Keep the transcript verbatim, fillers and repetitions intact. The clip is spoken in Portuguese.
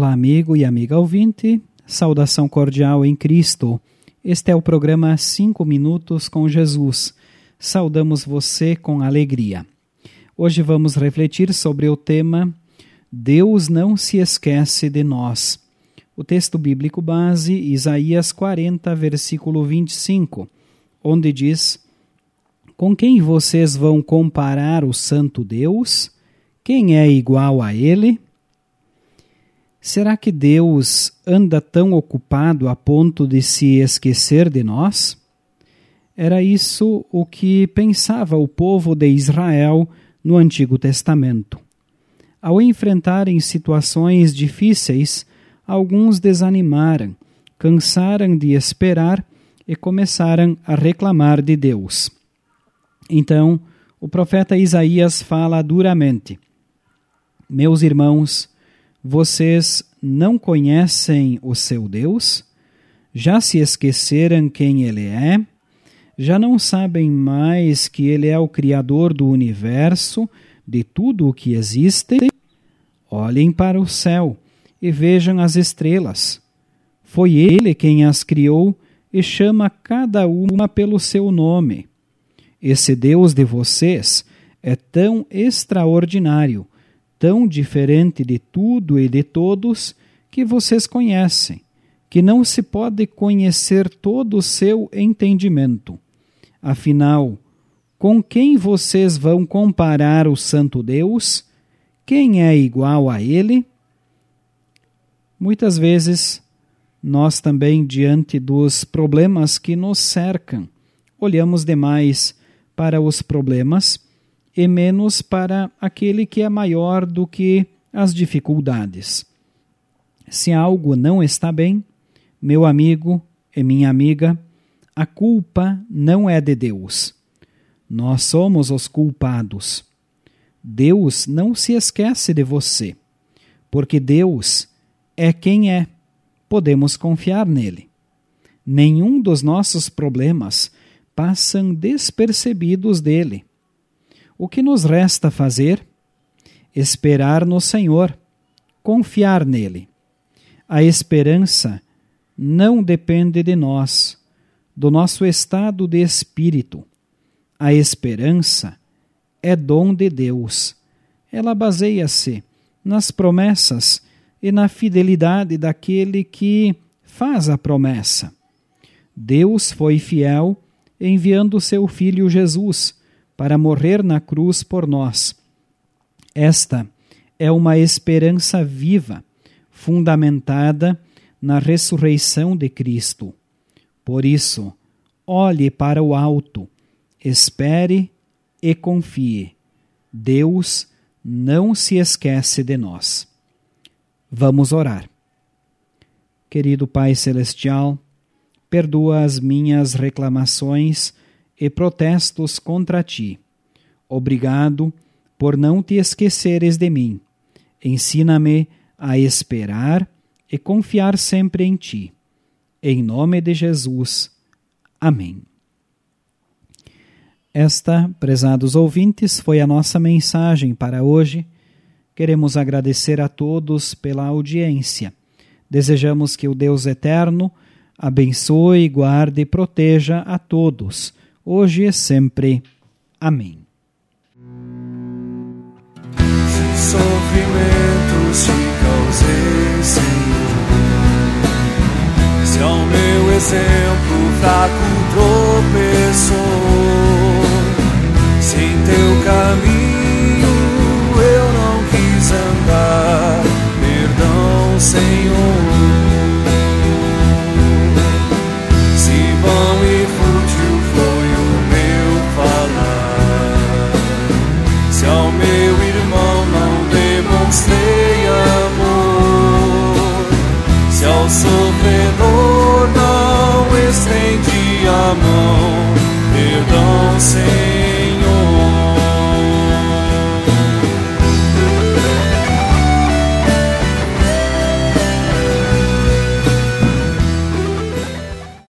Olá, amigo e amiga ouvinte, saudação cordial em Cristo. Este é o programa cinco minutos com Jesus. Saudamos você com alegria. Hoje vamos refletir sobre o tema Deus não se esquece de nós. O texto bíblico base, Isaías quarenta, versículo vinte e cinco, onde diz: Com quem vocês vão comparar o Santo Deus? Quem é igual a Ele? Será que Deus anda tão ocupado a ponto de se esquecer de nós? Era isso o que pensava o povo de Israel no Antigo Testamento. Ao enfrentarem situações difíceis, alguns desanimaram, cansaram de esperar e começaram a reclamar de Deus. Então, o profeta Isaías fala duramente: Meus irmãos, vocês não conhecem o seu Deus? Já se esqueceram quem Ele é? Já não sabem mais que Ele é o Criador do universo, de tudo o que existe? Olhem para o céu e vejam as estrelas. Foi Ele quem as criou e chama cada uma pelo seu nome. Esse Deus de vocês é tão extraordinário, tão diferente de tudo e de todos que vocês conhecem, que não se pode conhecer todo o seu entendimento. Afinal, com quem vocês vão comparar o Santo Deus? Quem é igual a Ele? Muitas vezes, nós também, diante dos problemas que nos cercam, olhamos demais para os problemas e menos para aquele que é maior do que as dificuldades. Se algo não está bem, meu amigo e minha amiga, a culpa não é de Deus. Nós somos os culpados. Deus não se esquece de você, porque Deus é quem é. Podemos confiar nele. Nenhum dos nossos problemas passam despercebidos dele. O que nos resta fazer? Esperar no Senhor, confiar nele. A esperança não depende de nós, do nosso estado de espírito. A esperança é dom de Deus. Ela baseia-se nas promessas e na fidelidade daquele que faz a promessa. Deus foi fiel enviando seu Filho Jesus para morrer na cruz por nós. Esta é uma esperança viva, fundamentada na ressurreição de Cristo. Por isso, olhe para o alto, espere e confie. Deus não se esquece de nós. Vamos orar. Querido Pai Celestial, perdoa as minhas reclamações e protestos contra ti. Obrigado por não te esqueceres de mim. Ensina-me a esperar e confiar sempre em ti. Em nome de Jesus. Amém. Esta, prezados ouvintes, foi a nossa mensagem para hoje. Queremos agradecer a todos pela audiência. Desejamos que o Deus eterno abençoe, guarde e proteja a todos, hoje e sempre. Amém. Se sofrimentos te causei, Senhor, se ao meu exemplo fraco trouxe,